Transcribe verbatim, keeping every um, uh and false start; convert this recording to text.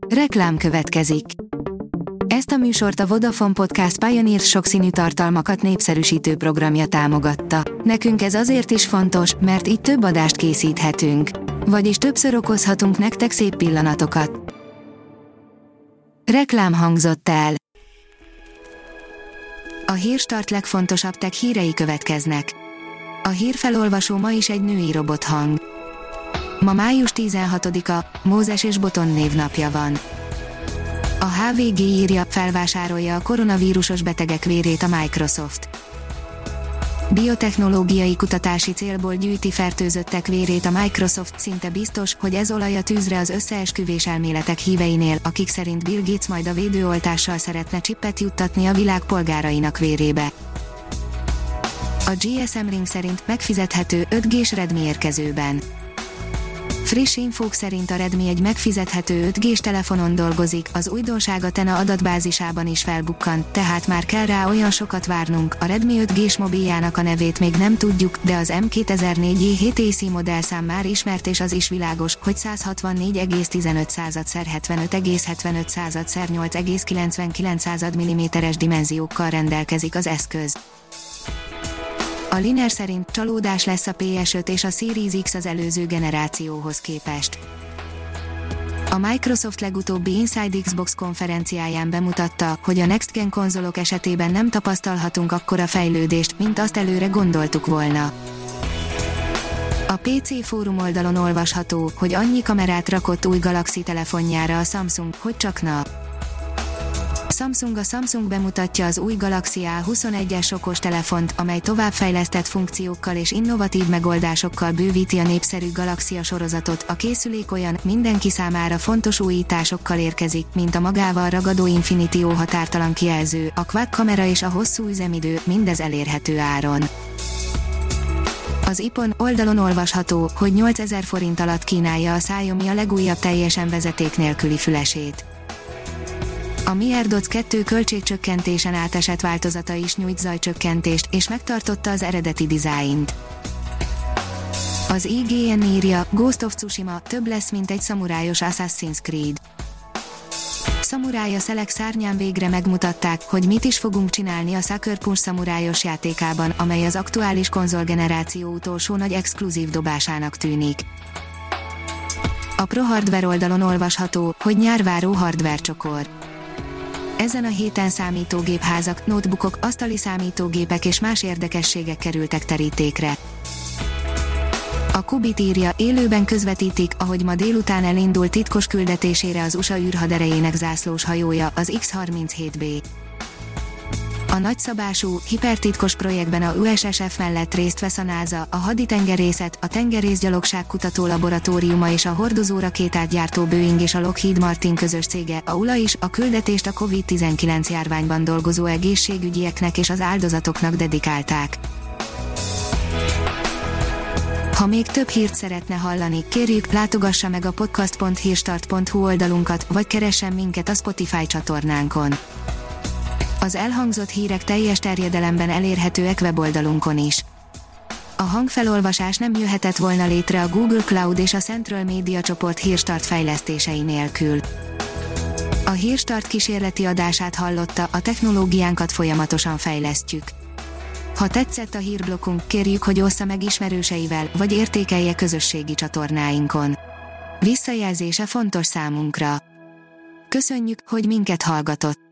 Reklám következik. Ezt a műsort a Vodafone Podcast Pioneer sokszínű tartalmakat népszerűsítő programja támogatta. Nekünk ez azért is fontos, mert így több adást készíthetünk. Vagyis többször okozhatunk nektek szép pillanatokat. Reklám hangzott el. A Hírstart legfontosabb tech hírei következnek. A hírfelolvasó ma is egy női robothang. Ma május tizenhatodika, Mózes és Boton névnapja van. A há vé gé írja, felvásárolja a koronavírusos betegek vérét a Microsoft. Biotechnológiai kutatási célból gyűjti fertőzöttek vérét a Microsoft, szinte biztos, hogy ez olaj a tűzre az összeesküvés elméletek híveinél, akik szerint Bill Gates majd a védőoltással szeretne csippet juttatni a világ polgárainak vérébe. A gé es em Ring szerint megfizethető öt gés Redmi érkezőben. Friss infók szerint a Redmi egy megfizethető öt gés telefonon dolgozik, az újdonság a Tena adatbázisában is felbukkant, tehát már kell rá olyan sokat várnunk. A Redmi öt gés mobiljának a nevét még nem tudjuk, de az M kétezer-négy i hét á cé modellszám már ismert, és az is világos, hogy száz hatvannégy egész tizenöt század hetvenöt egész hetvenöt század nyolc egész kilencvenkilenc század milliméteres dimenziókkal rendelkezik az eszköz. A Liner szerint csalódás lesz a pé es öt és a Series X az előző generációhoz képest. A Microsoft legutóbbi Inside Xbox konferenciáján bemutatta, hogy a Next Gen konzolok esetében nem tapasztalhatunk akkora fejlődést, mint azt előre gondoltuk volna. A pé cé fórum oldalon olvasható, hogy annyi kamerát rakott új Galaxy telefonjára a Samsung, hogy csak na. Samsung A Samsung bemutatja az új Galaxy á huszonegyes okostelefont, amely továbbfejlesztett funkciókkal és innovatív megoldásokkal bővíti a népszerű Galaxia sorozatot. A készülék olyan, mindenki számára fontos újításokkal érkezik, mint a magával ragadó Infinity O határtalan kijelző, a quad kamera és a hosszú üzemidő, mindez elérhető áron. Az i pon oldalon olvasható, hogy nyolcezer forint alatt kínálja a Xiaomi a legújabb teljesen vezeték nélküli fülesét. A Mi AirDots kettő költségcsökkentésen átesett változata is nyújt zajcsökkentést, és megtartotta az eredeti dizájnt. Az i gé en írja, Ghost of Tsushima több lesz, mint egy szamurájos Assassin's Creed. Szamurája Szelek szárnyán végre megmutatták, hogy mit is fogunk csinálni a Sucker Punch szamurájos játékában, amely az aktuális konzolgeneráció utolsó nagy exkluzív dobásának tűnik. A Pro Hardware oldalon olvasható, hogy nyárváró hardware csokor. Ezen a héten számítógépházak, notebookok, asztali számítógépek és más érdekességek kerültek terítékre. A Kubit írja, élőben közvetítik, ahogy ma délután elindul titkos küldetésére az u es á űrhaderejének zászlós hajója, az X harminchét bé. A nagyszabású, hipertitkos projektben a u es es ef mellett részt vesz a NASA, a haditengerészet, a tengerészgyalogság kutató laboratóriuma és a hordozó rakétát gyártó Boeing és a Lockheed Martin közös cége, a u el á is. A küldetést a kovid tizenkilenc járványban dolgozó egészségügyieknek és az áldozatoknak dedikálták. Ha még több hírt szeretne hallani, kérjük, látogassa meg a podcast pont hírstart pont hu oldalunkat, vagy keressen minket a Spotify csatornánkon. Az elhangzott hírek teljes terjedelemben elérhetőek weboldalunkon is. A hangfelolvasás nem jöhetett volna létre a Google Cloud és a Central Media csoport Hírstart fejlesztései nélkül. A Hírstart kísérleti adását hallotta, a technológiánkat folyamatosan fejlesztjük. Ha tetszett a hírblokkunk, kérjük, hogy ossza meg ismerőseivel, vagy értékelje közösségi csatornáinkon. Visszajelzése fontos számunkra. Köszönjük, hogy minket hallgatott!